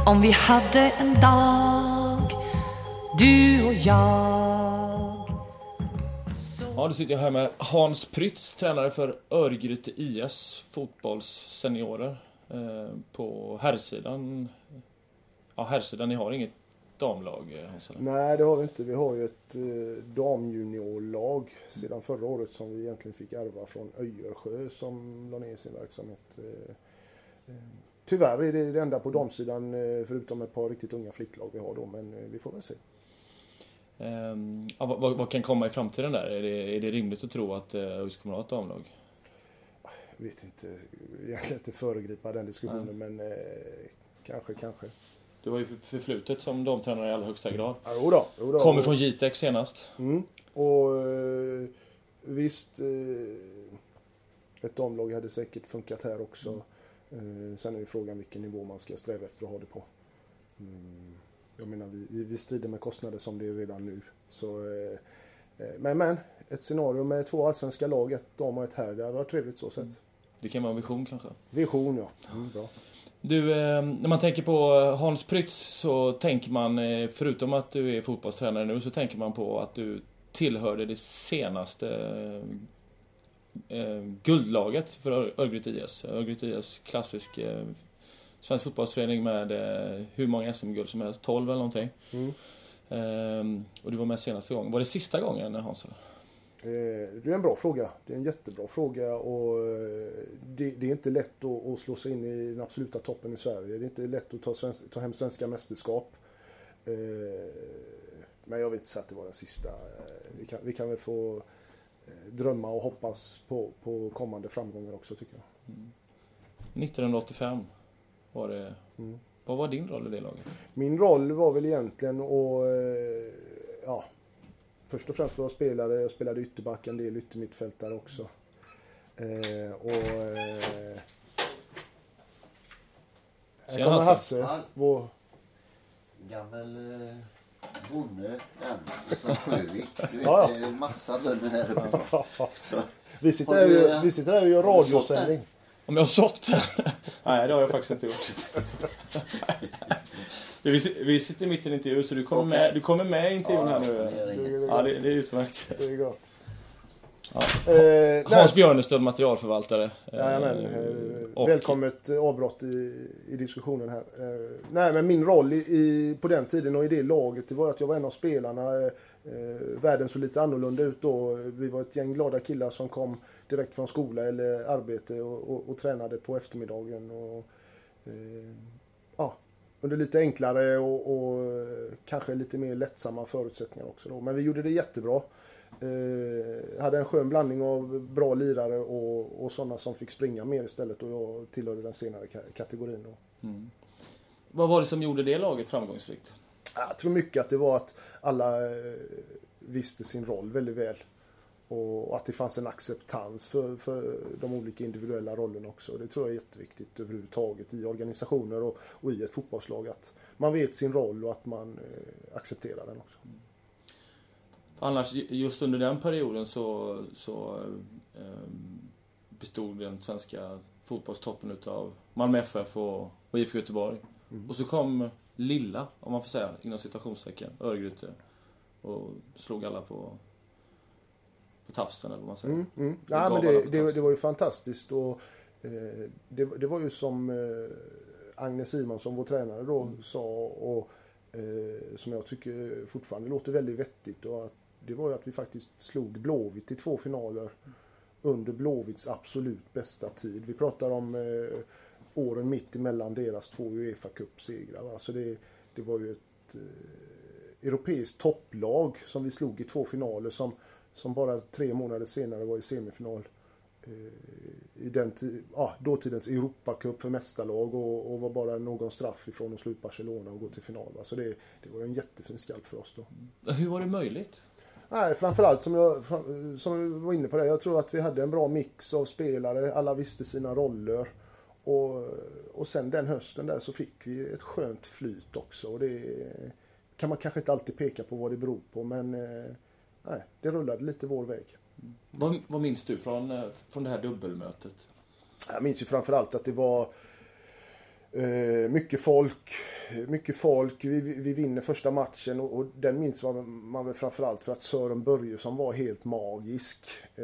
Om vi hade en dag, du och jag. Ja, då sitter jag här med Hans Prytz, tränare för Örgryte IS fotbollsseniorer på herrsidan. Ja, herrsidan, ni har inget damlag, Hans? Nej, det har vi inte. Vi har ju ett damjuniorlag sedan förra året som vi egentligen fick ärva från Öjersjö som la ner sin verksamhet. Tyvärr är det enda på damsidan förutom ett par riktigt unga flicklag vi har då, men vi får väl se. Vad kan komma i framtiden där? Är det rimligt att tro att ÖIS kommer att ha ett damlag? Jag vet inte, jag kan inte föregripa den diskussionen, men kanske. Du var ju förflutet som damtränare i allra högsta grad. Jo då. Kommer från Jitex senast. Och visst, ett damlag hade säkert funkat här också. Sen är ju frågan vilken nivå man ska sträva efter att ha det på. Jag menar, vi strider med kostnader som det är redan nu. Så, men ett scenario med 2 allsvenska lag, ett dam och ett här, det hade varit trevligt så sett. Det kan vara en vision kanske. Vision, ja. Bra. Du, när man tänker på Hans Prytz så tänker man, förutom att du är fotbollstränare nu, så tänker man på att du tillhörde det senaste guldlaget för Örgryte IS. Örgryte IS, klassisk svensk fotbollsförening med hur många SM-guld som helst, 12 eller någonting. Och du var med senaste gången. Var det sista gången, Hans? Det är en bra fråga. Det är en jättebra fråga och det är inte lätt att slå sig in i den absoluta toppen i Sverige. Det är inte lätt att ta hem svenska mästerskap. Men jag vet inte så att det var den sista. Vi kan väl få drömma och hoppas på kommande framgångar också, tycker jag. 1985 var det. Vad var din roll i det laget? Min roll var väl egentligen först och främst var jag spelare. Jag spelade ytterback, en del yttermittfältare också. Här kommer Hasse. Vår gammal bonde från Sjövik. Du vet, det är en massa bönder här uppe. Vi sitter här och gör radiosändning. Om jag har sått? Nej, det har jag faktiskt inte gjort. Vi sitter mitt i en intervju, så du kommer med i intervjun här nu. Ja, det är utmärkt. Det är gott. Ja. Hans Björnestöd, materialförvaltare. Välkommet avbrott i diskussionen här. Nej, men min roll på den tiden och i det laget, det var att jag var en av spelarna. Världen såg lite annorlunda ut då. Vi var ett gäng glada killar som kom direkt från skola eller arbete och tränade på eftermiddagen. Under lite enklare och kanske lite mer lättsamma förutsättningar också då. Men vi gjorde det jättebra. Hade en skön blandning av bra lirare och sådana som fick springa mer istället, och jag tillhörde den senare kategorin då. Vad var det som gjorde det laget framgångsrikt? Jag tror mycket att det var att alla visste sin roll väldigt väl. Och att det fanns en acceptans för de olika individuella rollerna också. Det tror jag är jätteviktigt överhuvudtaget i organisationer och i ett fotbollslag. Att man vet sin roll och att man accepterar den också. Annars, just under den perioden så bestod den svenska fotbollstoppen utav Malmö FF och IFK Göteborg. Och så kom lilla, om man får säga, inom citationstecken, Örgryte, och slog alla på tafsen, eller vad man säger. Ja, men det var ju fantastiskt, och det var ju som Agnes Simonsson, vår tränare då, sa, och som jag tycker fortfarande låter väldigt vettigt, och att det var ju att vi faktiskt slog Blåvitt i 2 finaler under Blåvitts absolut bästa tid. Vi pratar om åren mitt emellan deras 2 UEFA Cup-segrar. Alltså det var ju ett europeiskt topplag som vi slog i 2 finaler som bara 3 månader senare var i semifinal i den dåtidens Europacup för mästarlag, och var bara någon straff ifrån att slå ut Barcelona och gå till final. Så det var en jättefin skalp för oss då. Hur var det möjligt? Nej, framförallt som jag var inne på det, jag tror att vi hade en bra mix av spelare, alla visste sina roller, och sen den hösten där så fick vi ett skönt flyt också, och det kan man kanske inte alltid peka på vad det beror på, men det rullade lite vår väg. Vad minns du från det här dubbelmötet? Jag minns ju framförallt att det var mycket folk, mycket folk. Vi vinner första matchen och den minns man väl framförallt för att Sören Börjesson var helt magisk.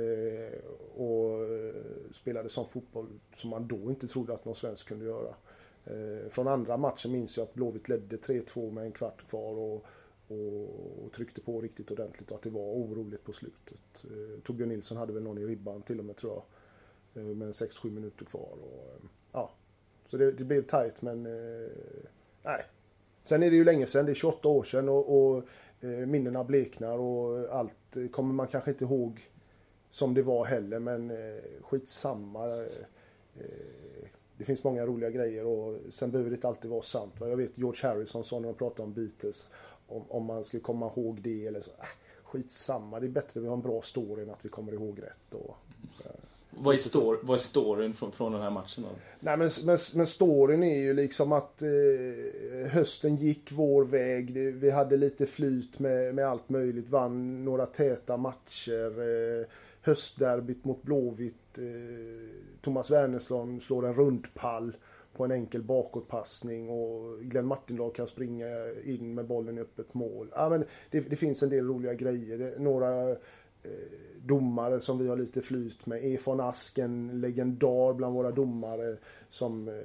Och spelade sån fotboll som man då inte trodde att någon svensk kunde göra. Från andra matchen minns jag att Blåvitt ledde 3-2 med en kvart kvar och tryckte på riktigt ordentligt och att det var oroligt på slutet. Torbjörn Nilsson hade väl någon i ribban till och med, tror jag, med 6-7 minuter kvar. Ja. Så det blev tajt, men nej. Sen är det ju länge sedan, det är 28 år sedan och minnena bleknar och allt kommer man kanske inte ihåg som det var heller, men skitsamma. Det finns många roliga grejer och sen behöver det inte alltid vara sant. Jag vet George Harrison sa när man pratade om Beatles, om man ska komma ihåg det eller så. Skitsamma, det är bättre att vi har en bra story än att vi kommer ihåg rätt. Och vad är storyn från den här matchen då? Nej, men storyn är ju liksom att hösten gick vår väg. Vi hade lite flyt med allt möjligt. Vann några täta matcher. Höstderbyt mot Blåvitt. Thomas Wernersson slår en rundpall på en enkel bakåtpassning och Glenn Martindal kan springa in med bollen i öppet mål. Ja, men det finns en del roliga grejer. Några domare som vi har lite flyt med. Efon Asken, legendar bland våra domare som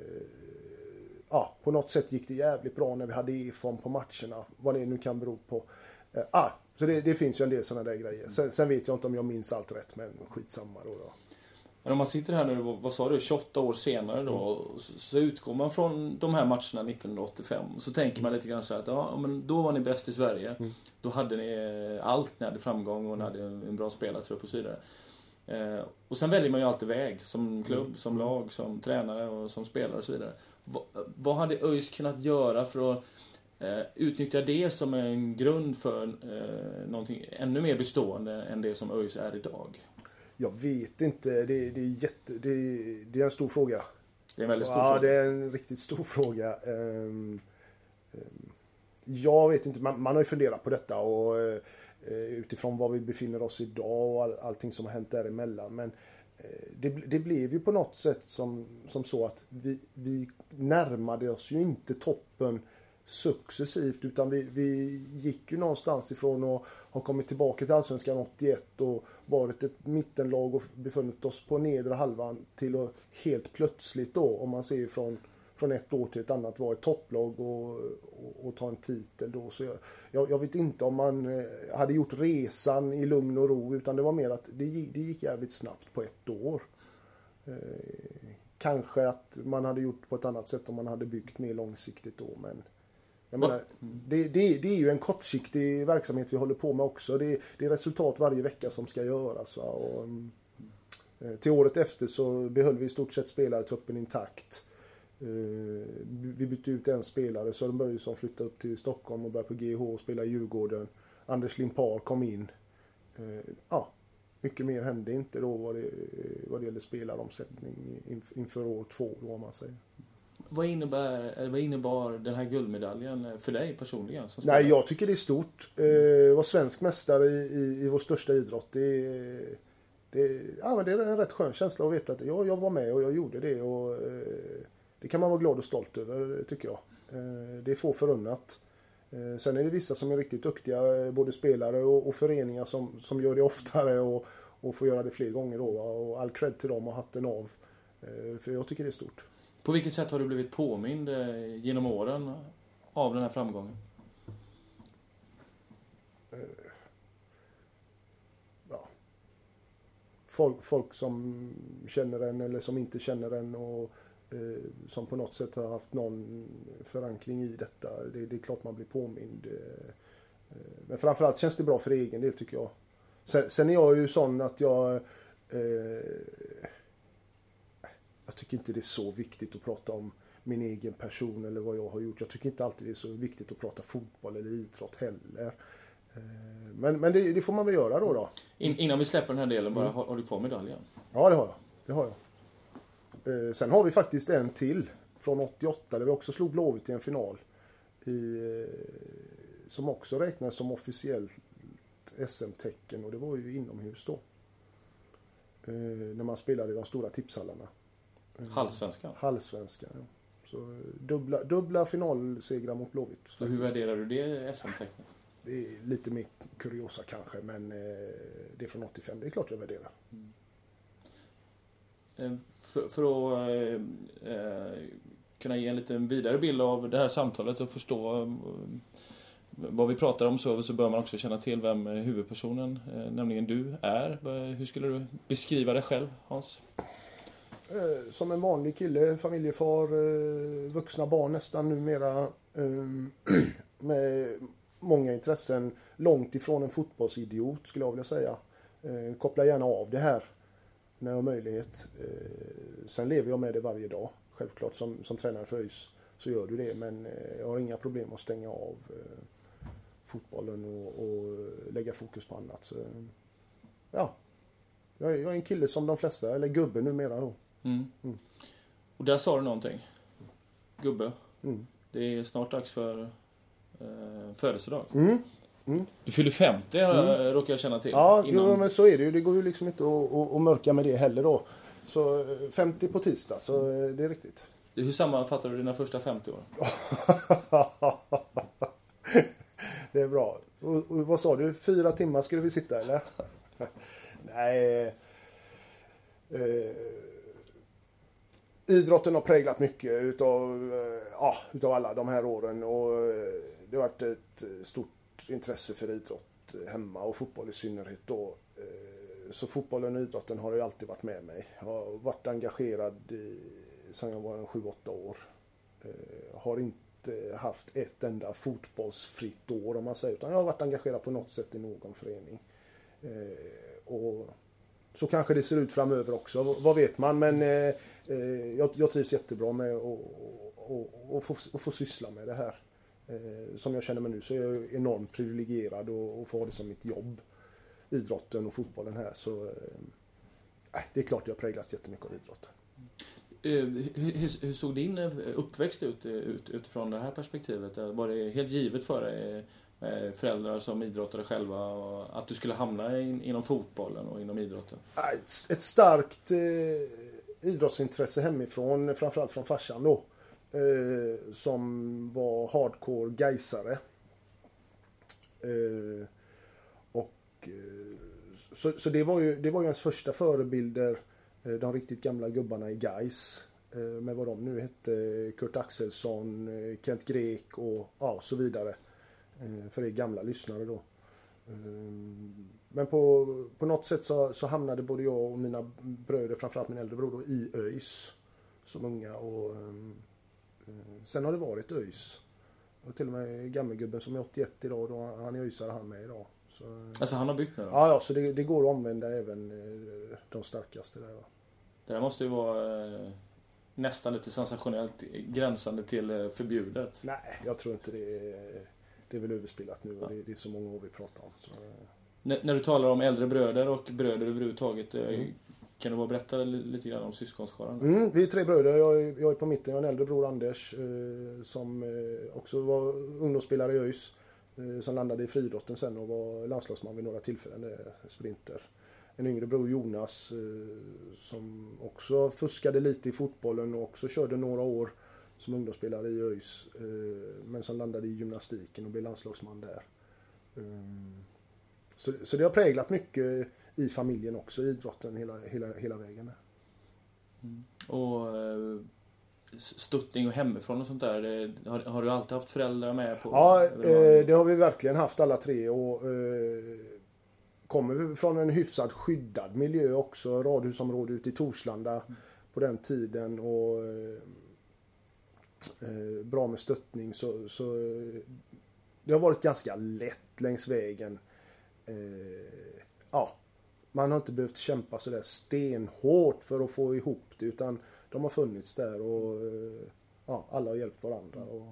på något sätt gick det jävligt bra när vi hade Efon på matcherna. Vad det nu kan bero på. Så det finns ju en del sådana där grejer. Sen vet jag inte om jag minns allt rätt, men skitsamma då. Men om man sitter här nu, vad sa du, 28 år senare då, så utgår man från de här matcherna 1985. Så tänker man lite grann så att men då var ni bäst i Sverige. Då hade ni allt, ni hade framgång och ni hade en bra spelartrupp och så vidare. Och sen väljer man ju alltid väg som klubb, som lag, som tränare och som spelare och så vidare. Vad hade ÖIS kunnat göra för att utnyttja det som en grund för någonting ännu mer bestående än det som ÖIS är idag? Jag vet inte. Det är en stor fråga. Det är en väldigt stor fråga. Ja, det är en riktigt stor fråga. Jag vet inte. Man har ju funderat på detta och utifrån var vi befinner oss idag och allting som har hänt däremellan. Men det blev ju på något sätt som så att vi närmade oss ju inte toppen successivt, utan vi gick ju någonstans ifrån och har kommit tillbaka till Allsvenskan 81 och varit ett mittenlag och befunnit oss på nedre halvan till att helt plötsligt då, om man ser från ett år till ett annat, vara ett topplag och ta en titel då. Så jag vet inte om man hade gjort resan i lugn och ro, utan det var mer att det gick jävligt snabbt på ett år. Kanske att man hade gjort på ett annat sätt om man hade byggt mer långsiktigt då, men jag menar, det är ju en kortsiktig verksamhet vi håller på med också. Det är resultat varje vecka som ska göras. Va? Och, till året efter så behöll vi i stort sett spelartruppen intakt. Vi bytte ut en spelare, Sören Börjesson flyttade upp till Stockholm och började på GH och spela i Djurgården. Anders Limpar kom in. Mycket mer hände inte då vad det gäller spelaromsättning inför år 2 då, om man säger. Vad innebar den här guldmedaljen för dig personligen? Nej, jag tycker det är stort. Var svensk mästare i vår största idrott. Det är en rätt skön känsla att veta att jag var med och jag gjorde det. Och, det kan man vara glad och stolt över, tycker jag. Det är få förunnat. Sen är det vissa som är riktigt duktiga, både spelare och föreningar som gör det oftare och får göra det fler gånger då. Och all cred till dem och hatten av. För jag tycker det är stort. På vilket sätt har du blivit påmind genom åren av den här framgången? Folk som känner en eller som inte känner en och som på något sätt har haft någon förankring i detta. Det är klart man blir påmind. Men framförallt känns det bra för egen del, tycker jag. Sen är jag ju sån att jag tycker inte det är så viktigt att prata om min egen person eller vad jag har gjort. Jag tycker inte alltid det är så viktigt att prata fotboll eller idrott heller. Men det får man väl göra då. Innan vi släpper den här delen bara, har du kvar medaljen? Ja, det har jag. Sen har vi faktiskt en till från 88 där vi också slog Blåvitt i en final. Som också räknas som officiellt SM-tecken, och det var ju inomhus då. När man spelade i de stora tipshallarna. Hallsvenskan? Hallsvenskan, ja. Så dubbla finalsegrar mot Blåvitt. Så hur värderar du det SM-tecknet? Det är lite mer kuriosa kanske, men det är från 85. Det är klart jag värderar. För att kunna ge en lite vidare bild av det här samtalet och förstå vad vi pratar om, så bör man också känna till vem huvudpersonen, nämligen du, är. Hur skulle du beskriva dig själv, Hans? Som en vanlig kille, familjefar, vuxna barn nästan numera, med många intressen, långt ifrån en fotbollsidiot skulle jag vilja säga. Koppla gärna av det här när jag har möjlighet. Sen lever jag med det varje dag. Självklart som tränare för ÖIS så gör du det, men jag har inga problem att stänga av fotbollen och lägga fokus på annat. Så, ja, jag är en kille som de flesta, eller gubbe numera då. Och där sa du någonting. Gubbe. Det är snart dags för födelsedag. Du fyller 50, råkar jag känna till. Ja, men så är det ju. Det går ju liksom inte att mörka med det heller då. Så 50 på tisdag, så det är riktigt. Hur sammanfattar du dina första 50 år? Det är bra. Och vad sa du? 4 timmar skulle vi sitta, eller? Nej. Idrotten har präglat mycket utav alla de här åren. Och det har varit ett stort intresse för idrott hemma och fotboll i synnerhet då. Så fotbollen och idrotten har ju alltid varit med mig. Jag har varit engagerad sedan jag var 7-8 år. Har inte haft ett enda fotbollsfritt år om man säger, utan jag har varit engagerad på något sätt i någon förening. Och så kanske det ser ut framöver också, vad vet man, men jag trivs jättebra med att få syssla med det här. Som jag känner mig nu så är jag enormt privilegierad och får ha det som mitt jobb, idrotten och fotbollen här, så det är klart jag präglas jättemycket av idrotten. Hur såg din uppväxt ut utifrån det här perspektivet? Var det helt givet för dig med föräldrar som idrottade själva och att du skulle hamna inom fotbollen och inom idrotten? Ett starkt idrottsintresse hemifrån, framförallt från farsan då, som var hardcore gaisare. Så det var ju hans första förebilder, de riktigt gamla gubbarna i Gais, med vad de nu hette, Kurt Axelsson, Kent Grek och så vidare, för det gamla lyssnare då. Men på något sätt så hamnade både jag och mina bröder, framförallt min äldre bror då, i ÖIS som unga, och sen har det varit ÖIS. Och till och med gammelgubben som är 81 idag, då han är ÖISare han med idag. Så, alltså han har bytt nu då? Ja, så det går att använda även de starkaste där. Va? Det där måste ju vara nästan lite sensationellt, gränsande till förbjudet. Nej, jag tror inte det är väl överspelat nu, och det är så många år vi pratar om. Så. När du talar om äldre bröder och bröder överhuvudtaget, kan du bara berätta lite grann om syskonskaran? Vi är 3 bröder, jag är på mitten, jag har en äldre bror Anders som också var ungdomsspelare i ÖIS, som landade i friidrotten sen och var landslagsman vid några tillfällen, sprinter. En yngre bror Jonas som också fuskade lite i fotbollen och också körde några år som ungdomsspelare i ÖIS, men som landade i gymnastiken och blev landslagsman där. Så det har präglat mycket i familjen också, idrotten hela vägen. Och stöttning och hemifrån och sånt där, har du alltid haft föräldrar med på? Ja, det har vi verkligen haft alla 3, och kommer från en hyfsat skyddad miljö också, radhusområde ute i Torslanda på den tiden, och bra med stöttning, så det har varit ganska lätt längs vägen. Man har inte behövt kämpa så där stenhårt för att få ihop det, utan de har funnits där, och alla har hjälpt varandra. Och...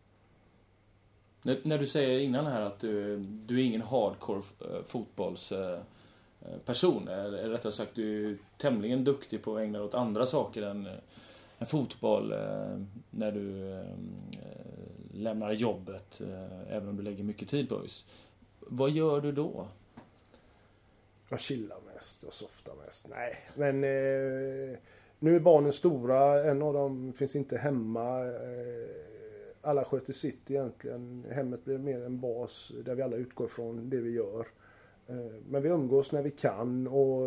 När du säger innan här att du är ingen hardcore fotbollsperson, eller rättare sagt du är tämligen duktig på att ägna dig åt andra saker än fotboll när du lämnar jobbet, även om du lägger mycket tid på ÖIS. Vad gör du då? Jag chillar mest, jag softar mest. Nej, men Nu är barnen stora, en av dem finns inte hemma. Alla sköter sitt egentligen. Hemmet blir mer en bas där vi alla utgår från det vi gör. Men vi umgås när vi kan och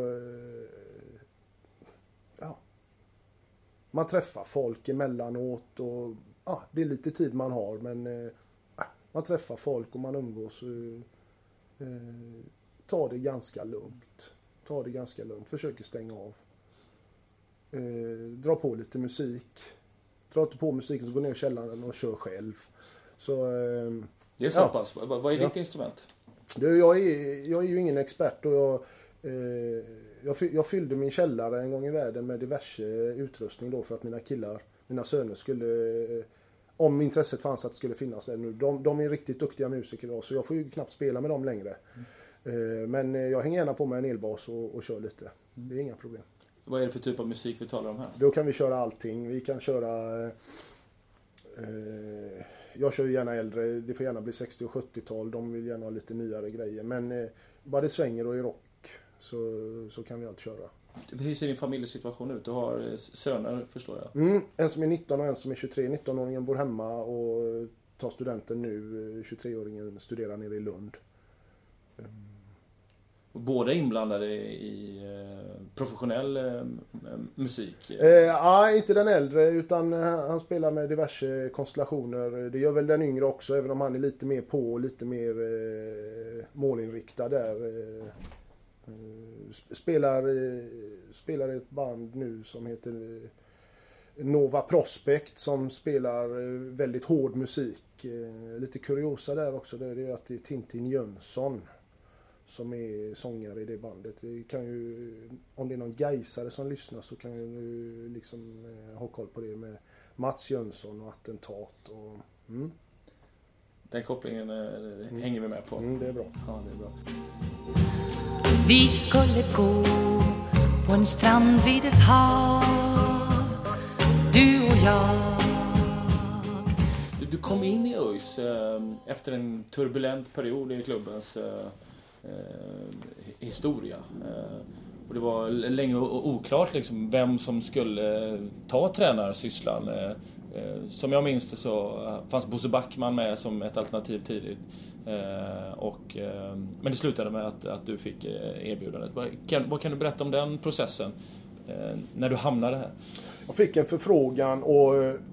man träffar folk emellanåt och det är lite tid man har, men man träffar folk och man umgås och tar det ganska lugnt. Försöker stänga av. Dra på lite musik. Dra inte på musiken så går ner i källaren och kör själv. Så, det är så pass. Vad är ditt instrument? Jag är ju ingen expert och jag fyllde min källare en gång i världen med diverse utrustning då för att mina söner skulle, om intresset fanns att det skulle finnas där nu. De är riktigt duktiga musiker idag så jag får ju knappt spela med dem längre. Men jag hänger gärna på med en elbas och kör lite. Det är inga problem. Vad är det för typ av musik vi talar om här? Då kan vi köra allting. Vi kan köra... jag kör gärna äldre. Det får gärna bli 60- och 70-tal. De vill gärna ha lite nyare grejer. Men bara det svänger och är rock så kan vi allt köra. Hur ser din familjesituation ut? Du har söner, förstår jag. En som är 19 och en som är 23. 19-åringen bor hemma och tar studenten nu. 23-åringen studerar nere i Lund. Båda inblandade i professionell musik? Inte den äldre utan han spelar med diverse konstellationer. Det gör väl den yngre också även om han är lite mer på och lite mer målinriktad där. Spelar ett band nu som heter Nova Prospect som spelar väldigt hård musik. Lite kuriosa där också, det är att det är Tintin Jönsson som är sångare i det bandet. Det kan ju, om det är någon gaisare som lyssnar så kan ju liksom ha koll på det med Mats Jönsson och Attentat. Och, Den kopplingen hänger vi med på. Det är bra. Ja, det är bra. Vi skulle gå på en strand vid ett hav, du och jag. Du kom in i ÖIS efter en turbulent period i klubbens historia. Och det var länge oklart liksom, vem som skulle ta tränarsysslan. Som jag minns det så fanns Bosse Backman med som ett alternativ tidigt. Men det slutade med att du fick erbjudandet. Vad kan du berätta om den processen när du hamnade här? Jag fick en förfrågan och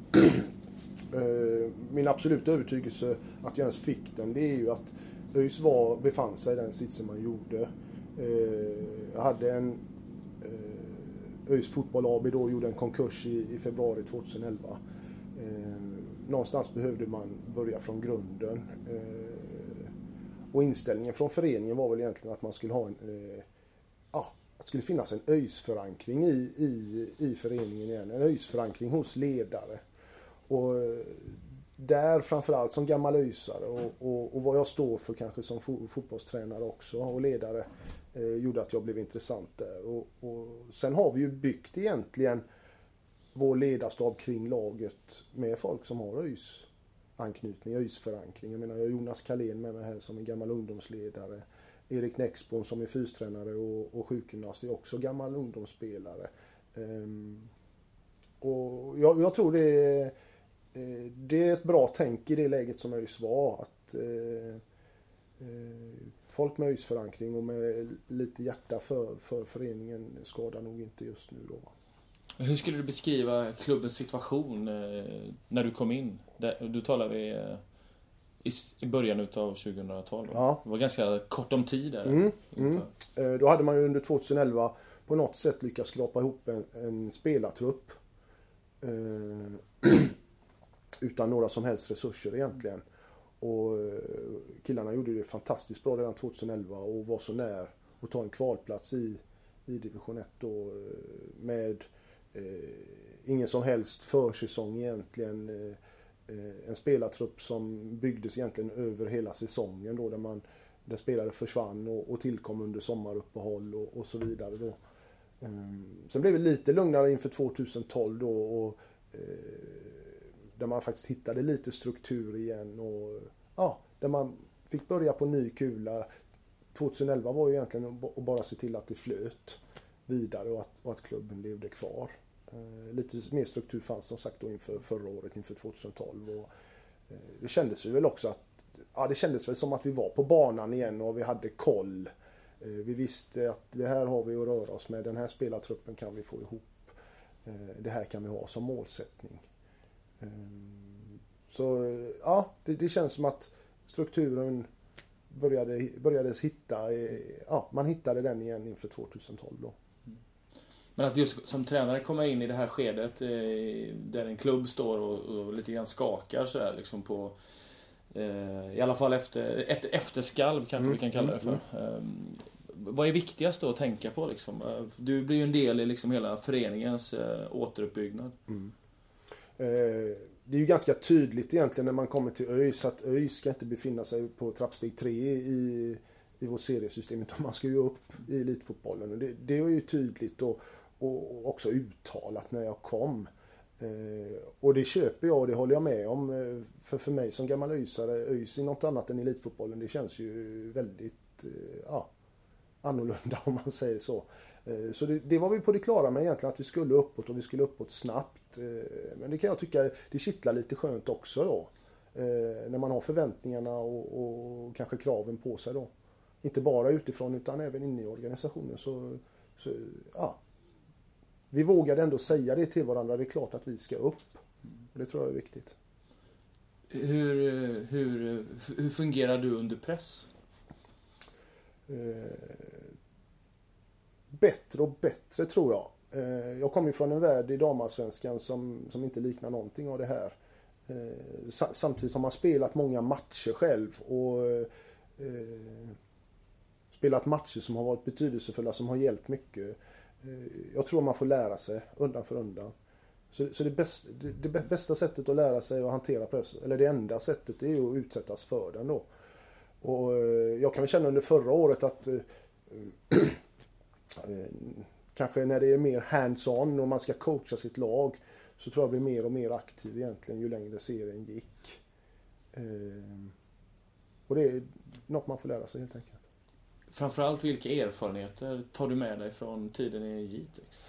min absoluta övertygelse att jag ens fick den, det är ju att ÖIS befann sig i den sitsen man gjorde. Jag hade en ÖIS Fotboll AB då gjorde en konkurs i februari 2011. Någonstans behövde man börja från grunden. Och inställningen från föreningen var väl egentligen att man skulle ha att det skulle finnas en ÖIS-förankring i föreningen igen. En ÖIS-förankring hos ledare. Och där framförallt som gammal ÖISare och vad jag står för kanske som fotbollstränare också och ledare gjorde att jag blev intressant där. Och sen har vi ju byggt egentligen vår ledarstab kring laget med folk som har ÖIS-anknytning, ÖIS-förankring. Jag menar, jag har Jonas Kalén med mig här som en gammal ungdomsledare. Erik Nexbom som är fystränare och sjukgymnast är också gammal ungdomsspelare. Och jag tror det är ett bra tänk i det läget som ÖIS var. Att folk med ÖIS-förankring och med lite hjärta för föreningen skadar nog inte just nu då. Hur skulle du beskriva klubbens situation när du kom in? Du talar vi i början av 2012. Ja. Det var ganska kort om tid där. Då hade man ju under 2011 på något sätt lyckats skrapa ihop en spelartrupp. Utan några som helst resurser egentligen. Och killarna gjorde det fantastiskt bra redan 2011 och var så när att ta en kvalplats i division 1 då, med ingen som helst försäsong egentligen. En spelartrupp som byggdes egentligen över hela säsongen då, där spelare försvann och tillkom under sommaruppehåll och så vidare då. Sen blev det lite lugnare inför 2012 då och där man faktiskt hittade lite struktur igen och där man fick börja på ny kula. 2011 var ju egentligen att bara se till att det flöt vidare och att klubben levde kvar. Lite mer struktur fanns som sagt då inför förra året, inför 2012. Och det kändes ju väl också att, det kändes väl som att vi var på banan igen och vi hade koll. Vi visste att det här har vi att röra oss med, den här spelartruppen kan vi få ihop. Det här kan vi ha som målsättning. Så det känns som att strukturen börjades hitta, man hittade den igen inför 2012 då. Men att just som tränare komma in i det här skedet där en klubb står och lite grann skakar så här liksom på i alla fall efter ett efterskalv kanske vi kan kalla det för. Vad är viktigast då att tänka på liksom? Du blir ju en del i liksom hela föreningens återuppbyggnad. Det är ju ganska tydligt egentligen när man kommer till ÖIS att ÖIS ska inte befinna sig på trappsteg 3 i vårt seriesystem, utan man ska ju upp i elitfotbollen. Det är ju tydligt och också uttalat när jag kom. Och det köper jag och det håller jag med om. För mig som gammal ÖISare, ÖIS i något annat än elitfotbollen, det känns ju väldigt annorlunda om man säger så. Så det var vi på det klara med egentligen, att vi skulle uppåt och vi skulle uppåt snabbt. Men det kan jag tycka, det kittlar lite skönt också då. När man har förväntningarna och kanske kraven på sig då. Inte bara utifrån utan även inne i organisationen. Så vi vågade ändå säga det till varandra, det är klart att vi ska upp. Och det tror jag är viktigt. Hur fungerar du under press? Bättre och bättre tror jag. Jag kommer ju från en värld i damallsvenskan som inte liknar någonting av det här. Samtidigt har man spelat många matcher själv och spelat matcher som har varit betydelsefulla, som har hjälpt mycket. Jag tror man får lära sig undan för undan. Så det bästa sättet att lära sig att hantera press, eller det enda sättet, är ju att utsättas för den då. Och jag kan väl känna under förra året att kanske när det är mer hands-on och man ska coacha sitt lag, så tror jag blir mer och mer aktiv egentligen ju längre serien gick. Och det är något man får lära sig helt enkelt. Framförallt vilka erfarenheter tar du med dig från tiden i Jitex?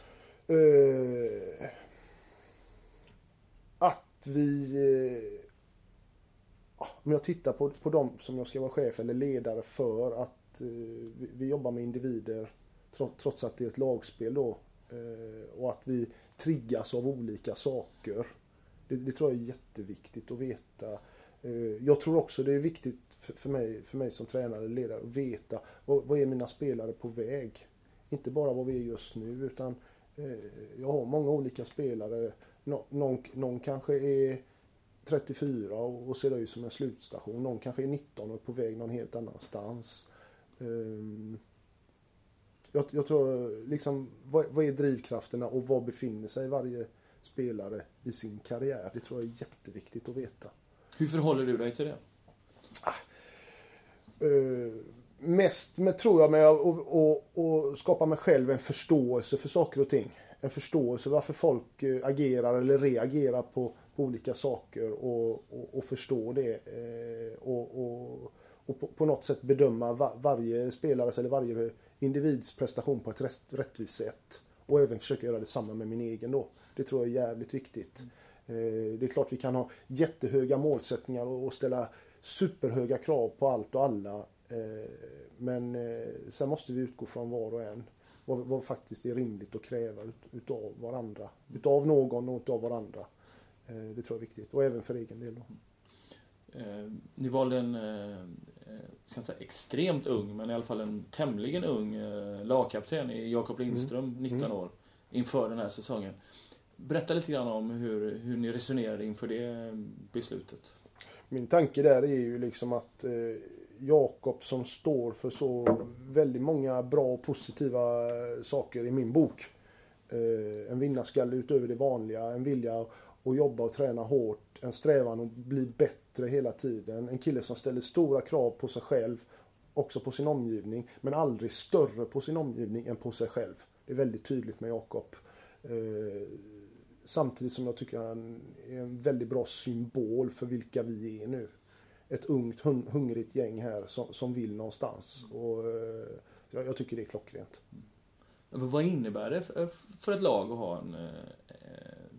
Att vi... om jag tittar på dem som jag ska vara chef eller ledare för, att vi jobbar med individer trots att det är ett lagspel då, och att vi triggas av olika saker. Det tror jag är jätteviktigt att veta. Jag tror också det är viktigt för mig som tränare eller ledare att veta vad är mina spelare på väg. Inte bara vad vi är just nu, utan jag har många olika spelare. Någon kanske är 34 och ser ut som en slutstation. Någon kanske är 19 och är på väg någon helt annanstans. Jag tror liksom, vad är drivkrafterna och var befinner sig varje spelare i sin karriär? Det tror jag är jätteviktigt att veta. Hur förhåller du dig till det? Mest tror jag med att skapa mig själv en förståelse för saker och ting. En förståelse varför folk agerar eller reagerar på olika saker och förstå det. Och på något sätt bedöma varje spelares eller varje individs prestation på ett rättvist sätt. Och även försöka göra detsamma med min egen då. Det tror jag är jävligt viktigt. Det är klart vi kan ha jättehöga målsättningar och ställa superhöga krav på allt och alla. Men sen måste vi utgå från var och en. Vad faktiskt är rimligt att kräva utav varandra. Utav någon och utav varandra. Det tror jag är viktigt. Och även för egen del då. Ni valde en ska säga, extremt ung, men i alla fall en tämligen ung lagkapten i Jakob Lindström, 19 år, inför den här säsongen. Berätta lite grann om hur ni resonerade inför det beslutet. Min tanke där är ju liksom att Jakob, som står för så väldigt många bra och positiva saker i min bok. En vinnarskalle utöver det vanliga, en vilja att jobba och träna hårt, en strävan att bli bättre hela tiden. En kille som ställer stora krav på sig själv, också på sin omgivning, men aldrig större på sin omgivning än på sig själv. Det är väldigt tydligt med Jakob. Samtidigt som jag tycker han är en väldigt bra symbol för vilka vi är nu. Ett ungt, hungrigt gäng här som vill någonstans. Och jag tycker det är klockrent. Vad innebär det för ett lag att ha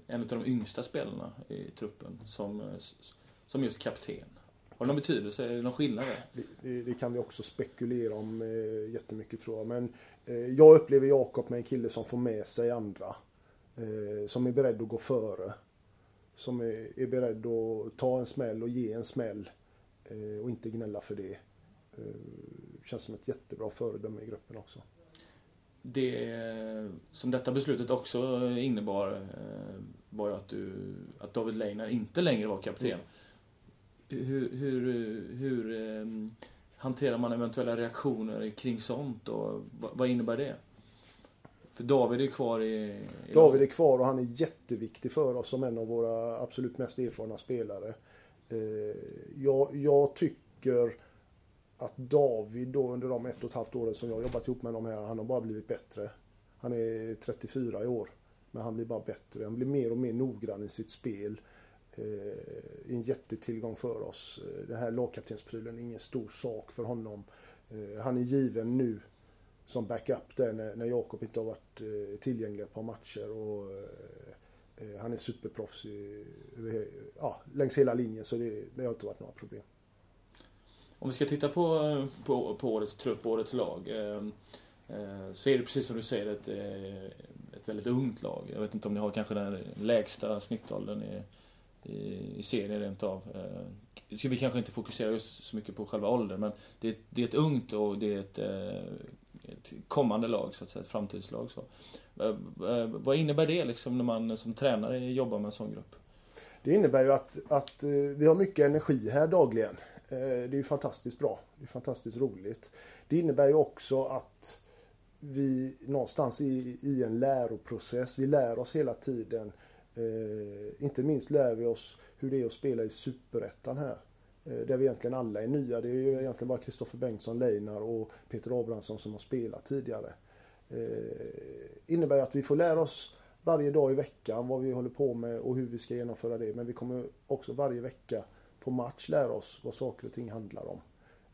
en av de yngsta spelarna i truppen som just kapten. Har det någon betydelse? Är det någon skillnad där? Det kan vi också spekulera om jättemycket, tror jag. Men jag upplever Jakob med en kille som får med sig andra. Som är beredd att gå före. Som är beredd att ta en smäll och ge en smäll. Och inte gnälla för det. Känns som ett jättebra föredöme i gruppen också. Det som detta beslutet också innebar var ju att David Leijner inte längre var kapten. Hur hanterar man eventuella reaktioner kring sånt och vad innebär det? För David är kvar David är kvar och han är jätteviktig för oss som en av våra absolut mest erfarna spelare. Jag tycker att David då under de 1,5 åren som jag har jobbat ihop med honom här, han har bara blivit bättre. Han är 34 i år, men han blir bara bättre. Han blir mer och mer noggrann i sitt spel. En jättetillgång för oss. Den här lagkaptensprylen är ingen stor sak för honom. Han är given nu som backup där när Jakob inte har varit tillgänglig på matcher. Och han är superproffs längs hela linjen, så det har inte varit några problem. Om vi ska titta på årets trupp, årets lag, så är det precis som du säger ett väldigt ungt lag. Jag vet inte om ni har kanske den lägsta snittåldern i serien rent av. Ska vi kanske inte fokusera just så mycket på själva åldern, men det är ett ungt och det är ett kommande lag, så att säga, ett framtidslag. Så. Vad innebär det liksom när man som tränare jobbar med en sån grupp? Det innebär ju att vi har mycket energi här dagligen. Det är ju fantastiskt bra. Det är fantastiskt roligt. Det innebär ju också att vi någonstans i en läroprocess. Vi lär oss hela tiden. Inte minst lär vi oss hur det är att spela i Superettan här. Där vi egentligen alla är nya. Det är ju egentligen bara Kristoffer Bengtsson, Leijner och Peter Abrahamsson som har spelat tidigare. Innebär att vi får lära oss varje dag i veckan vad vi håller på med och hur vi ska genomföra det. Men vi kommer också varje vecka på match lära oss vad saker och ting handlar om.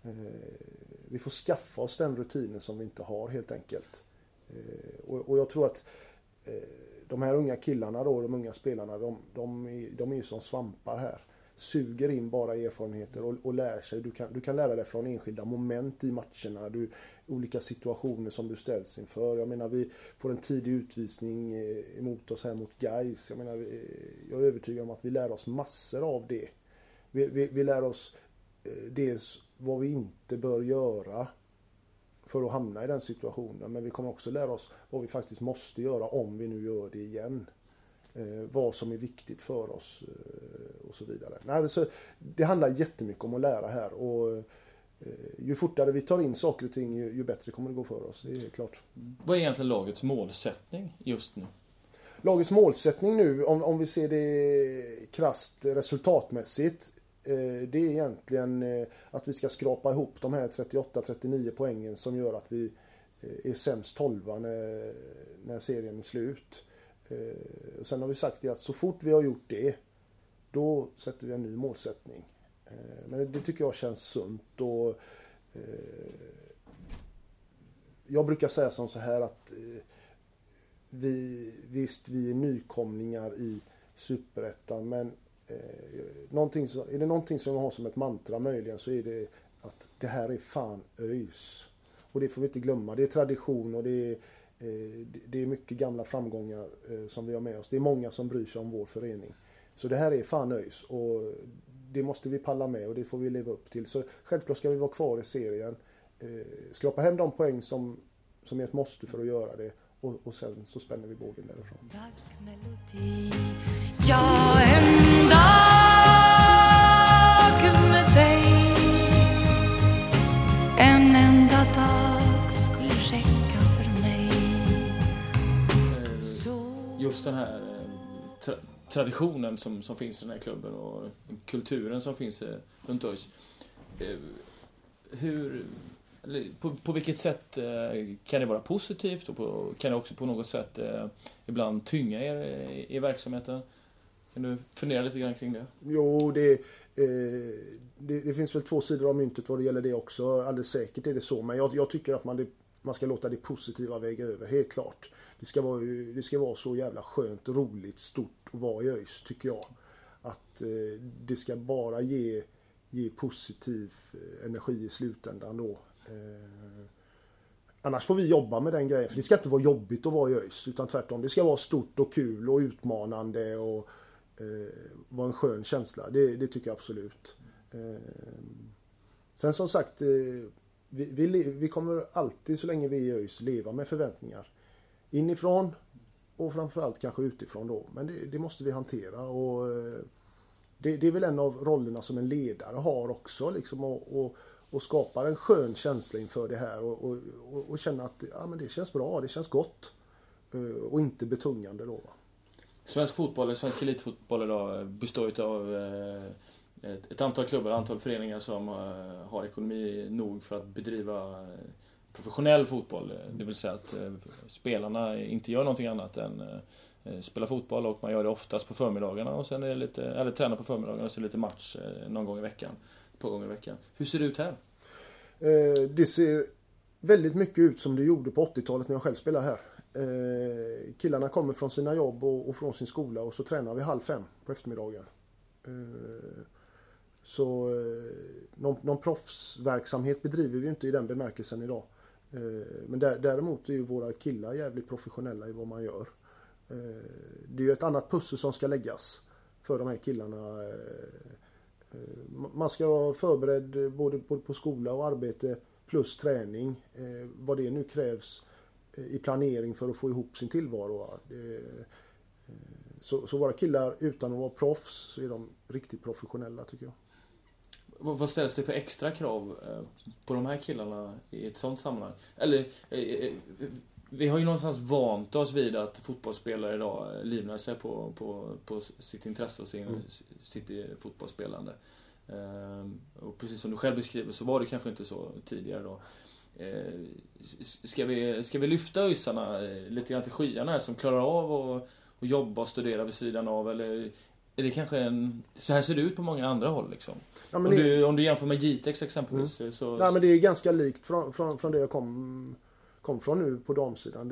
Vi får skaffa oss den rutinen som vi inte har helt enkelt. Och jag tror att de här unga killarna då, de unga spelarna, de är ju som svampar här. Suger in bara erfarenheter och lär sig. Du kan lära dig från enskilda moment i matcherna. Olika situationer som du ställs inför. Jag menar, vi får en tidig utvisning emot oss här mot Gais. Jag är övertygad om att vi lär oss massor av det. Vi lär oss dels vad vi inte bör göra för att hamna i den situationen. Men vi kommer också lära oss vad vi faktiskt måste göra om vi nu gör det igen. Vad som är viktigt för oss och så vidare. Nej, så det handlar jättemycket om att lära här. Och ju fortare vi tar in saker och ting, ju bättre kommer det gå för oss. Det är klart. Vad är egentligen lagets målsättning just nu? Lagets målsättning nu, om vi ser det krasst resultatmässigt, det är egentligen att vi ska skrapa ihop de här 38-39 poängen som gör att vi är sämst 12 när serien är slut. Sen har vi sagt det att så fort vi har gjort det, då sätter vi en ny målsättning. Men det tycker jag känns sunt. Och jag brukar säga som så här att vi är nykomlingar i Superettan, men är det någonting som vi har som ett mantra möjligen, så är det att det här är fan ÖIS. Och det får vi inte glömma. Det är tradition och det är mycket gamla framgångar som vi har med oss. Det är många som bryr sig om vår förening. Så det här är fan ÖIS och det måste vi palla med och det får vi leva upp till. Så självklart ska vi vara kvar i serien. Skrapa hem de poäng som är ett måste för att göra det. Och sen så spänner vi bågen därifrån. Ja, en dag med dig. En enda dag skulle räcka för mig. Just den här traditionen som finns i den här klubben och kulturen som finns runt oss. På vilket sätt kan det vara positivt och kan det också på något sätt ibland tynga er i verksamheten? Kan du fundera lite grann kring det? Jo, det finns väl två sidor av myntet vad det gäller det också. Alldeles säkert är det så. Men jag tycker att man ska låta det positiva väga över, helt klart. Det ska vara så jävla skönt, roligt, stort att vara i ÖIS, tycker jag. Att det ska bara ge positiv energi i slutändan då. Annars får vi jobba med den grejen, för det ska inte vara jobbigt att vara i ÖIS, utan tvärtom. Det ska vara stort och kul och utmanande och vara en skön känsla. Det tycker jag absolut. Sen som sagt, vi kommer alltid, så länge vi är i ÖIS, leva med förväntningar. Inifrån och framförallt kanske utifrån då. Men det måste vi hantera, och det är väl en av rollerna som en ledare har också, liksom, och skapar en skön känsla inför det här och känna att men det känns bra, det känns gott och inte betungande då. Svensk fotboll, eller svensk elitfotboll idag, består av ett antal klubbar, ett antal föreningar som har ekonomi nog för att bedriva professionell fotboll. Det vill säga att spelarna inte gör någonting annat än spela fotboll, och man gör det oftast på förmiddagarna, och sen är det eller tränar på förmiddagarna, och så lite match någon gång i veckan, ett par gånger i veckan. Hur ser det ut här? Det ser väldigt mycket ut som det gjorde på 80-talet när jag själv spelade här. Killarna kommer från sina jobb och från sin skola, och så tränar vi 4:30 på eftermiddagen. Så någon proffsverksamhet bedriver vi inte i den bemärkelsen idag. Men däremot är ju våra killar jävligt professionella i vad man gör. Det är ju ett annat pussel som ska läggas för de här killarna. Man ska vara förberedd både på skola och arbete plus träning. Vad det nu krävs i planering för att få ihop sin tillvaro. Så våra killar, utan att vara proffs, så är de riktigt professionella, tycker jag. Vad ställs det för extra krav på de här killarna i ett sånt sammanhang? Eller vi har ju någonstans vant oss vid att fotbollsspelare idag livnar sig på sitt intresse och sitt fotbollsspelande. Och precis som du själv beskriver, så var det kanske inte så tidigare då. Ska vi lyfta ÖISarna lite grann till skyarna här, som klarar av att jobba och studera vid sidan av, eller är det kanske så här ser det ut på många andra håll liksom? Ja, om du jämför med Jitex exempelvis. Så... Nej, men det är ganska likt från det jag kom från nu på damsidan.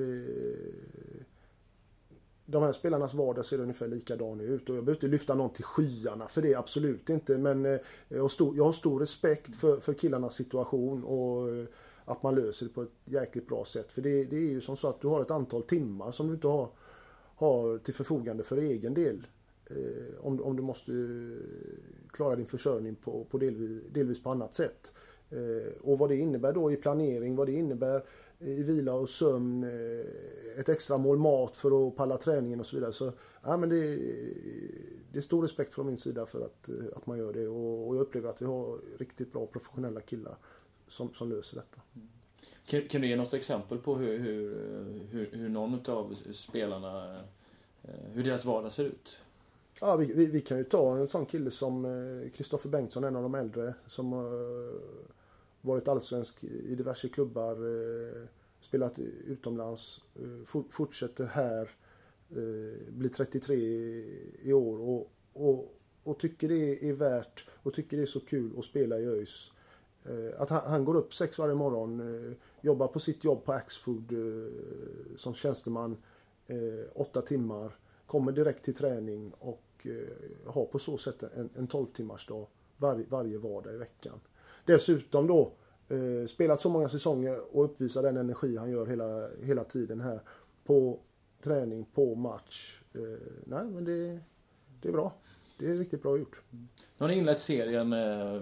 De här spelarnas vardag ser ungefär likadan ut, och jag behöver inte lyfta någon till skyarna för det, absolut inte, men jag har stor respekt för killarnas situation och att man löser det på ett jäkligt bra sätt, för det är ju som så att du har ett antal timmar som du inte har till förfogande för egen del, om du måste klara din försörjning på delvis på annat sätt, och vad det innebär då i planering, vad det innebär i vila och sömn, ett extra mål mat för att palla träningen och så vidare. Så ja, men det är stor respekt från min sida för att man gör det, och jag upplever att vi har riktigt bra professionella killar som löser detta. Kan du ge något exempel på hur någon av spelarna, hur deras vardag ser ut? Ja, vi kan ju ta en sån kille som Kristoffer Bengtsson, en av de äldre, som varit allsvensk i diverse klubbar, spelat utomlands, fortsätter här, blir 33 i år och tycker det är värt och tycker det är så kul att spela i ÖIS. Att han går upp 6 varje morgon, jobbar på sitt jobb på Axfood som tjänsteman 8 timmar, kommer direkt till träning och har på så sätt en 12-timmars dag varje vardag i veckan. Dessutom då spelat så många säsonger och uppvisar den energi han gör hela tiden här på träning, på match. Nej, men det är bra. Det är riktigt bra gjort. Nu har ni inlett serien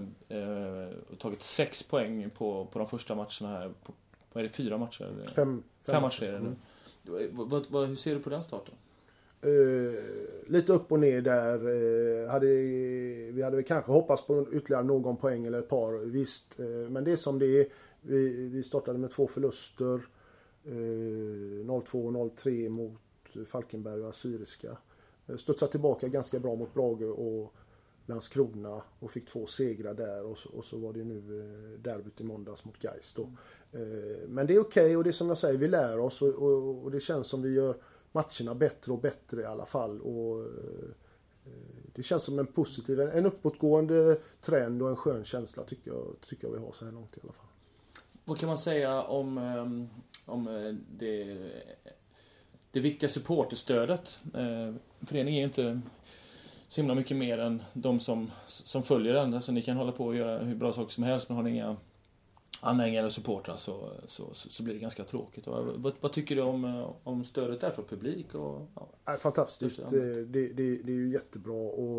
och tagit 6 poäng på de första matcherna här. Vad är det, 4 matcher? 5 matcher är det nu. Hur ser du på den starten? Lite upp och ner där. Vi hade väl kanske hoppats på ytterligare någon poäng eller ett par, visst. Men det är som det är. Vi startade med 2 förluster. 0-2 och 0-3 mot Falkenberg och Assyriska. Studsade tillbaka ganska bra mot Brage och Landskrona och fick 2 segrar där, och så var det nu derbyt i måndags mot Gais då. Men det är okej, och det är som jag säger, vi lär oss och det känns som vi gör matcherna bättre och bättre i alla fall, och det känns som en positiv, en uppåtgående trend och en skön känsla tycker jag vi har så här långt i alla fall. Vad kan man säga om det viktiga supporterstödet? Föreningen är inte så himla mycket mer än de som följer den. Alltså ni kan hålla på och göra hur bra saker som helst, men har ni inga anhängare eller supportrar så blir det ganska tråkigt. Vad tycker du om stödet där för publik? Fantastiskt. Det är ju jättebra.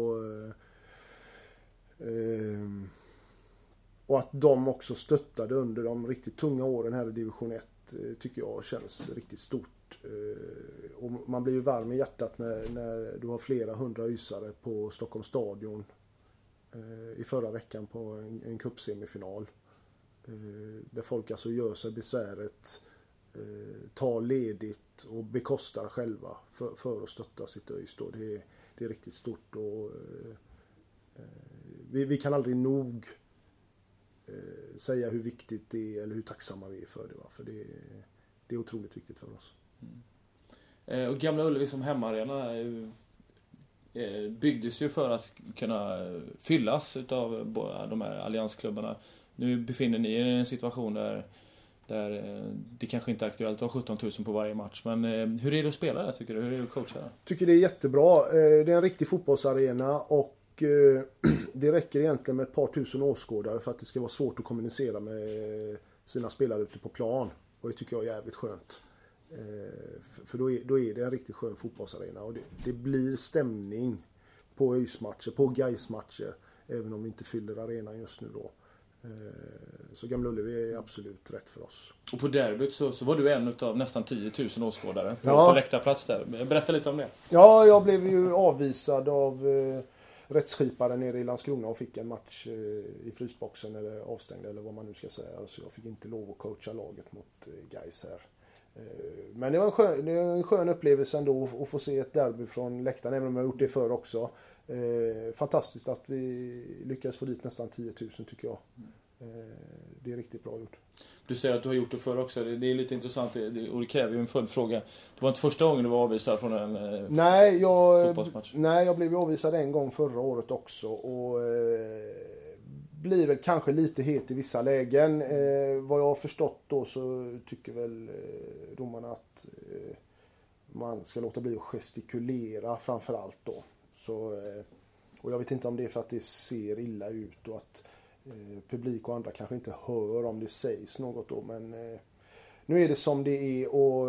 Och att de också stöttade under de riktigt tunga åren här i division 1 tycker jag känns riktigt stort. Och man blir ju varm i hjärtat när du har flera hundra ysare på Stockholms stadion i förra veckan på en cupsemifinal. Där folk alltså gör sig besväret, tar ledigt och bekostar själva för att stötta sitt ÖIS då. Det är riktigt stort och vi kan aldrig nog säga hur viktigt det är eller hur tacksamma vi är för det. För det är otroligt viktigt för oss. Och Gamla Ullevi som hemmaarena byggdes ju för att kunna fyllas utav de här alliansklubbarna. Nu befinner ni er i en situation där det kanske inte är aktuellt att ha 17 000 på varje match. Men hur är det att spela där tycker du? Hur är det att coacha där? Tycker det är jättebra. Det är en riktig fotbollsarena och det räcker egentligen med ett par tusen åskådare för att det ska vara svårt att kommunicera med sina spelare ute på plan. Och det tycker jag är jävligt skönt. För då är det en riktigt skön fotbollsarena. Och det blir stämning på ÖIS-matcher, på Gais-matcher. Även om vi inte fyller arenan just nu då. Så Gamla Ullevi är absolut rätt för oss. Och på derbyt så var du en av nästan 10 000 åskådare på läktarplats där. Berätta lite om det. Ja, jag blev ju avvisad av rättsskiparen nere i Landskrona och fick en match i frysboxen eller avstängd eller vad man nu ska säga. Så jag fick inte lov att coacha laget mot Gais här. Men det var en skön upplevelse ändå att få se ett derby från läktaren, även om jag har gjort det förr också. Fantastiskt att vi lyckades få dit nästan 10 000 tycker jag. Det är riktigt bra gjort. Du säger att du har gjort det förr också. Det är lite intressant och det kräver ju en följdfråga. Det var inte första gången du var avvisad från en fotbollsmatch? Nej, jag blev avvisad en gång förra året också och blir väl kanske lite het i vissa lägen. Vad jag har förstått då så tycker väl domarna att man ska låta bli att gestikulera framförallt då. Så, och jag vet inte om det är för att det ser illa ut och att publik och andra kanske inte hör om det sägs något då, men nu är det som det är och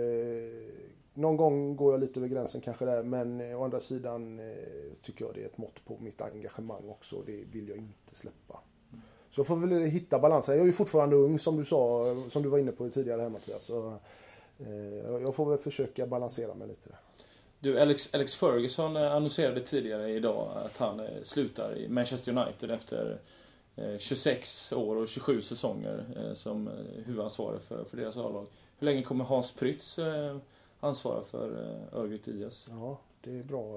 någon gång går jag lite över gränsen kanske där, men å andra sidan tycker jag det är ett mått på mitt engagemang också och det vill jag inte släppa. Så jag får väl hitta balansen. Jag är ju fortfarande ung som du sa, som du var inne på tidigare här Mattias, så jag får väl försöka balansera mig lite där. Du, Alex Ferguson annonserade tidigare idag att han slutar i Manchester United efter 26 år och 27 säsonger som huvudansvarig för deras A-lag. Hur länge kommer Hans Prytz ansvara för Örgryte IS? Ja, det är bra.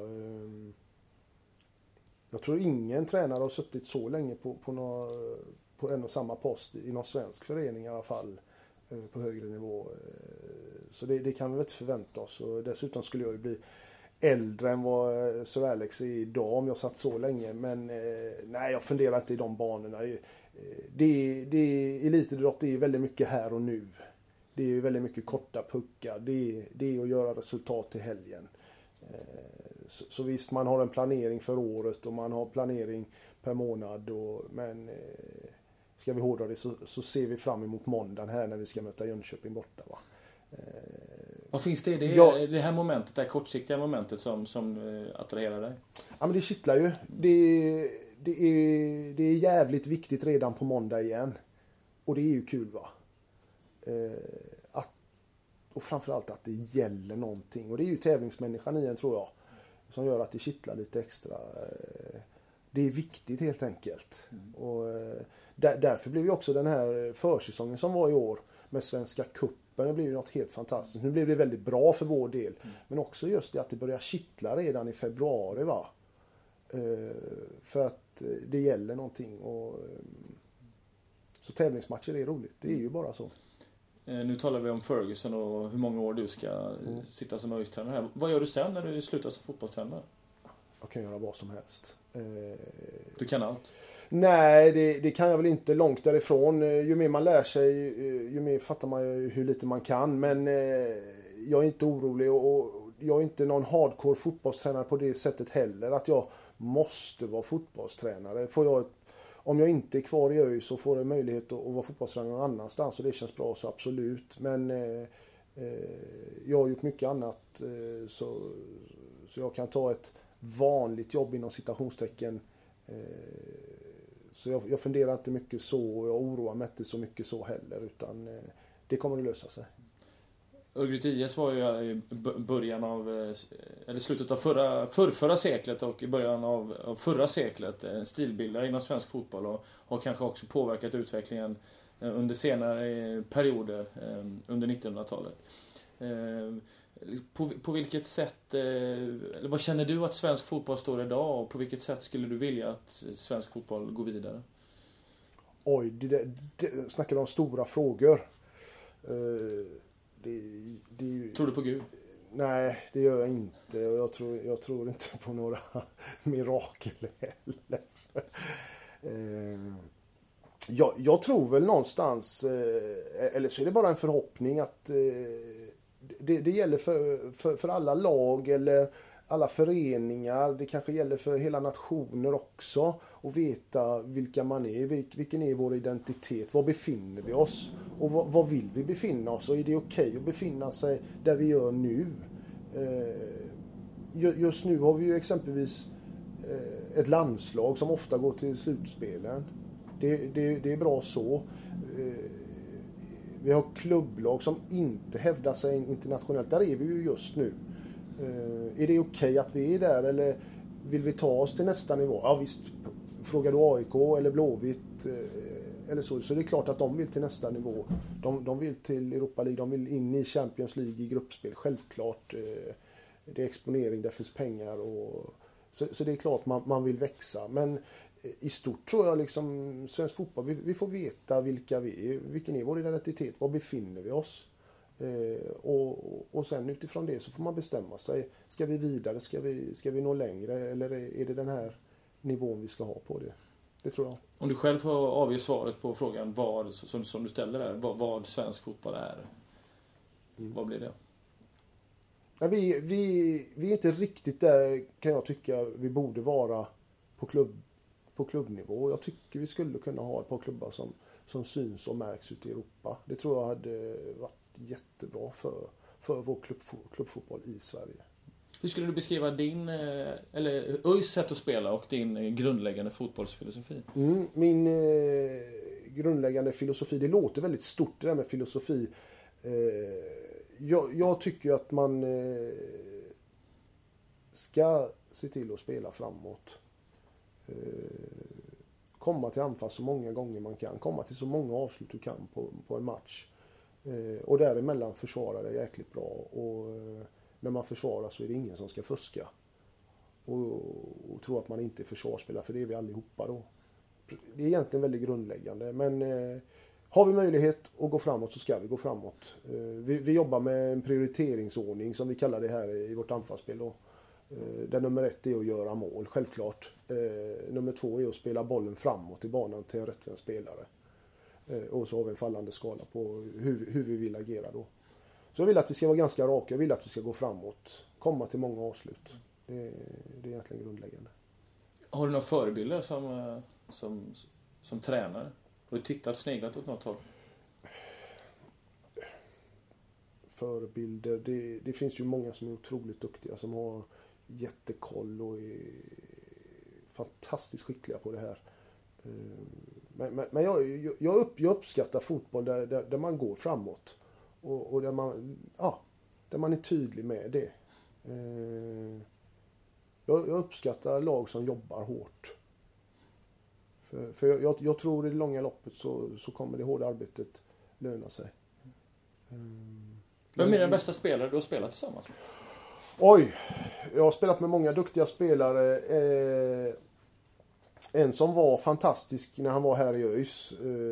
Jag tror ingen tränare har suttit så länge på en och samma post i någon svensk förening i alla fall på högre nivå. Så det kan vi väl inte förvänta oss. Och dessutom skulle jag ju bli äldre än vad Sir Alex är idag om jag satt så länge. Men nej, jag funderar inte i de banorna. Elitidrott är väldigt mycket här och nu. Det är väldigt mycket korta puckar. Det är att göra resultat till helgen. Så visst, man har en planering för året och man har planering per månad. Men ska vi hårdra det så ser vi fram emot måndagen här när vi ska möta Jönköping borta, va? Vad finns det i det här momentet, det här kortsiktiga momentet som attraherar dig? Ja, men det kittlar ju. Det är jävligt viktigt redan på måndag igen. Och det är ju kul, va? Och framförallt att det gäller någonting. Och det är ju tävlingsmänniskan i en, tror jag, som gör att det kittlar lite extra. Det är viktigt helt enkelt. Och därför blev ju också den här försäsongen som var i år med Svenska Cupen, det blev ju något helt fantastiskt. Nu blev det väldigt bra för vår del. Men också just det att det börjar kittla redan i februari, va? För att det gäller någonting. Så tävlingsmatcher är roligt. Det är ju bara så. Nu talar vi om Ferguson och hur många år du ska sitta som ÖIS-tränare här. Vad gör du sen när du slutar som fotbollstränare? Jag kan göra vad som helst. Du kan allt? Nej, det kan jag väl inte, långt därifrån. Ju mer man lär sig, ju mer fattar man hur lite man kan. Men jag är inte orolig och jag är inte någon hardcore fotbollstränare på det sättet heller. Att jag måste vara fotbollstränare. Om jag inte är kvar i ÖIS så får jag möjlighet att vara fotbollstränare någon annanstans och det känns bra, så absolut. Men jag har gjort mycket annat så jag kan ta ett vanligt jobb inom citationstecken. Så jag funderar inte mycket så och jag oroar mig inte så mycket så heller, utan det kommer att lösa sig. Örgryte IS var ju i början av, eller slutet av förra seklet och i början av förra seklet en stilbildare inom svensk fotboll och har kanske också påverkat utvecklingen under senare perioder under 1900-talet. På vilket sätt, eller vad känner du att svensk fotboll står idag och på vilket sätt skulle du vilja att svensk fotboll går vidare? Oj, det snackar om stora frågor. Tror du på Gud? Nej, det gör jag inte. Jag tror inte på några mirakel heller. Jag tror väl någonstans, eller så är det bara en förhoppning att det gäller för alla lag eller alla föreningar. Det kanske gäller för hela nationer också. Att veta vilka man är, vilken är vår identitet, var befinner vi oss och vad vill vi befinna oss, och är det okej att befinna sig där vi gör nu. Just nu har vi ju exempelvis ett landslag som ofta går till slutspelen. Det är bra så. Vi har klubblag som inte hävdar sig internationellt. Där är vi ju just nu. Är det okej att vi är där eller vill vi ta oss till nästa nivå? Ja visst, frågar du AIK eller Blåvitt eller så är det klart att de vill till nästa nivå. De vill till Europa League, de vill in i Champions League i gruppspel. Självklart, det är exponering, där finns pengar. Så det är klart man vill växa. Men i stort tror jag liksom svensk fotboll, vi får veta vilka vi är, vilken är vår identitet, var befinner vi oss. Och sen utifrån det så får man bestämma sig. Ska vi vidare? Ska vi nå längre? Eller är det den här nivån vi ska ha på det? Det tror jag. Om du själv får avge svaret på frågan som du ställer där, vad svensk fotboll är. Vad blir det? Ja, vi är inte riktigt där, kan jag tycka, vi borde vara på klubbnivå. Jag tycker vi skulle kunna ha ett par klubbar som syns och märks ute i Europa. Det tror jag hade varit jättebra för vår klubbfotboll i Sverige. Hur skulle du beskriva din, eller ÖIS sätt att spela och din grundläggande fotbollsfilosofi? Min grundläggande filosofi, det låter väldigt stort det där med filosofi. Jag tycker att man ska se till att spela framåt. Komma till anfall så många gånger man kan. Komma till så många avslut du kan på en match. Och däremellan försvara det jäkligt bra. Och när man försvarar så är det ingen som ska fuska. Och tro att man inte är försvarsspelare, för det är vi allihopa då. Det är egentligen väldigt grundläggande. Men har vi möjlighet att gå framåt så ska vi gå framåt. Vi jobbar med en prioriteringsordning som vi kallar det här i vårt anfallsspel då. Där nummer 1 är att göra mål, självklart. Nummer 2 är att spela bollen framåt i banan till en rättvänd spelare. Och så har vi en fallande skala på hur vi vill agera då. Så jag vill att vi ska vara ganska raka, jag vill att vi ska gå framåt. Komma till många avslut. Det är egentligen grundläggande. Har du några förebilder som tränare? Har du sneglat åt något håll? Förebilder, det finns ju många som är otroligt duktiga, som har jättekoll och är fantastiskt skickliga på det här. Men jag uppskattar fotboll där man går framåt och där man är tydlig med det. Jag uppskattar lag som jobbar hårt. För jag tror i det långa loppet så kommer det hårda arbetet löna sig. Vem är den bästa spelare du har spelat tillsammans med? Oj, jag har spelat med många duktiga spelare. En som var fantastisk när han var här i ÖIS.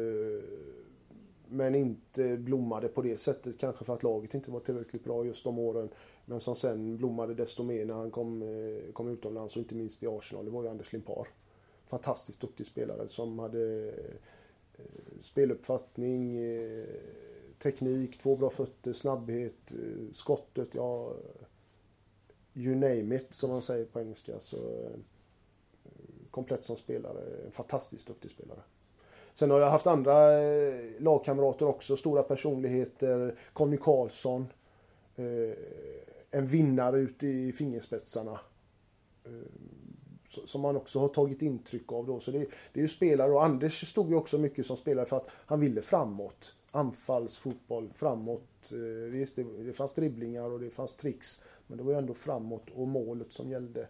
Men inte blommade på det sättet. Kanske för att laget inte var tillräckligt bra just de åren. Men som sen blommade desto mer när han kom utomlands och inte minst i Arsenal. Det var ju Anders Limpar. fantastiskt duktig spelare som hade speluppfattning, teknik, 2 bra fötter, snabbhet, skottet, ja, you name it som man säger på engelska. Så komplett som spelare, en fantastiskt duktig spelare. Sen har jag haft andra lagkamrater också, stora personligheter, Conny Karlsson, en vinnare ute i fingerspetsarna. Som man också har tagit intryck av då. Så det är ju spelare, och Anders stod ju också mycket som spelare för att han ville framåt. Anfallsfotboll, framåt. Visst, det fanns dribblingar och det fanns tricks. Men det var ju ändå framåt och målet som gällde.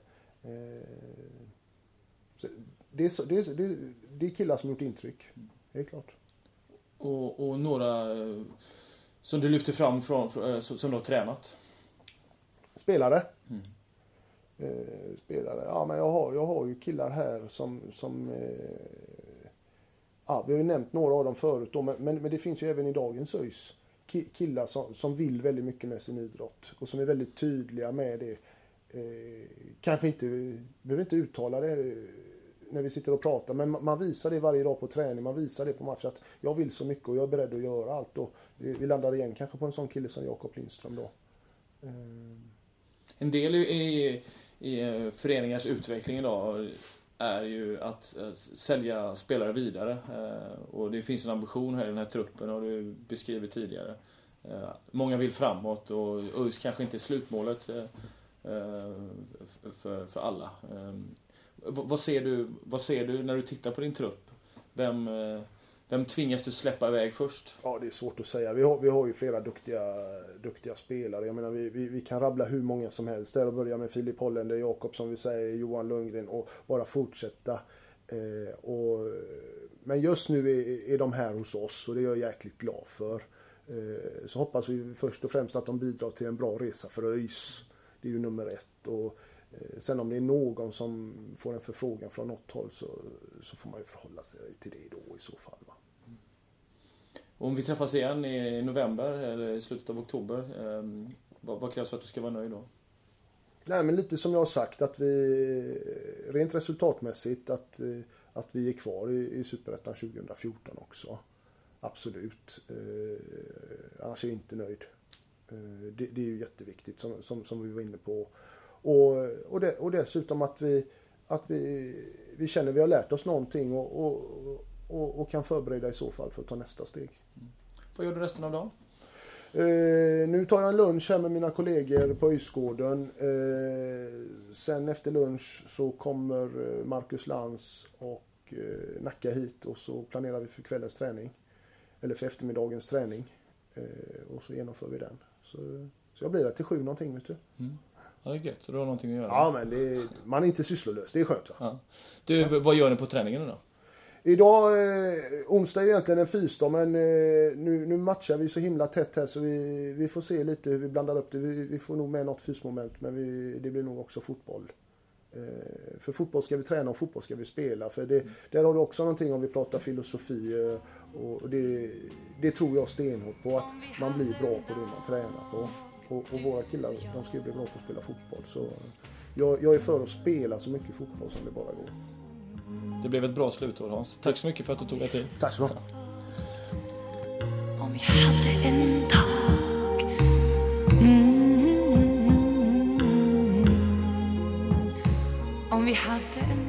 Så det är killar som gjort intryck. Det är klart. Och några som du lyfter fram som du har tränat? Spelare. Spelare. Ja, men jag har ju killar här som vi har ju nämnt några av dem förut då, men det finns ju även i dagens ÖIS killar som vill väldigt mycket med sin idrott och som är väldigt tydliga med det. Kanske inte behöver inte uttala det när vi sitter och pratar, men man visar det varje dag på träning, man visar det på match att jag vill så mycket och jag är beredd att göra allt. Och vi landar igen kanske på en sån kille som Jakob Lindström då. En del i föreningars utveckling idag är ju att sälja spelare vidare. Och det finns en ambition här i den här truppen, och du beskriver tidigare. Många vill framåt, och ÖIS kanske inte är slutmålet för alla. Vad ser du när du tittar på din trupp? Vem tvingas du släppa iväg först? Ja, det är svårt att säga. Vi har ju flera duktiga spelare. Jag menar, vi kan rabbla hur många som helst. Där och börja med Filip Hollander, Jakob som vi säger, Johan Lundgren, och bara fortsätta. Men just nu är de här hos oss, och det är jag jäkligt glad för. Så hoppas vi först och främst att de bidrar till en bra resa för ÖIS. Det är ju nummer 1. Och sen om det är någon som får en förfrågan från något håll så får man ju förhålla sig till det då i så fall. Va? Om vi träffas igen i november eller i slutet av oktober, vad krävs för att du ska vara nöjd då? Nej, men lite som jag har sagt, att vi rent resultatmässigt att vi är kvar i Superettan 2014 också. Absolut. Annars är jag inte nöjd. Det är ju jätteviktigt som vi var inne på. Och dessutom att vi känner att vi har lärt oss någonting och kan förbereda i så fall för att ta nästa steg. Vad gör du resten av dagen? Nu tar jag en lunch här med mina kollegor på Öjsgården. Sen efter lunch så kommer Marcus Lantz och Nacka hit, och så planerar vi för kvällens träning. Eller för eftermiddagens träning. Och så genomför vi den. Så jag blir där till 7 någonting, vet du. Ja, det är gött. Du har någonting att göra. Ja, men man är inte sysslolös. Det är skönt, va? Ja. Du, vad gör ni på träningen då? Idag, onsdag är egentligen en fysdag, men nu matchar vi så himla tätt här, så vi får se lite hur vi blandar upp det. Vi får nog med något fysmoment, men det blir nog också fotboll. För fotboll ska vi träna och fotboll ska vi spela. För där har du också någonting om vi pratar filosofi, och det tror jag stenhårt på, att man blir bra på det man tränar på. Och våra killar, de ska bli bra på att spela fotboll. Så jag är för att spela så mycket fotboll som det bara går. Det blev ett bra slutord, Hans. Tack så mycket för att du tog dig tid. Tack så mycket. Om vi hade en dag, om vi hade en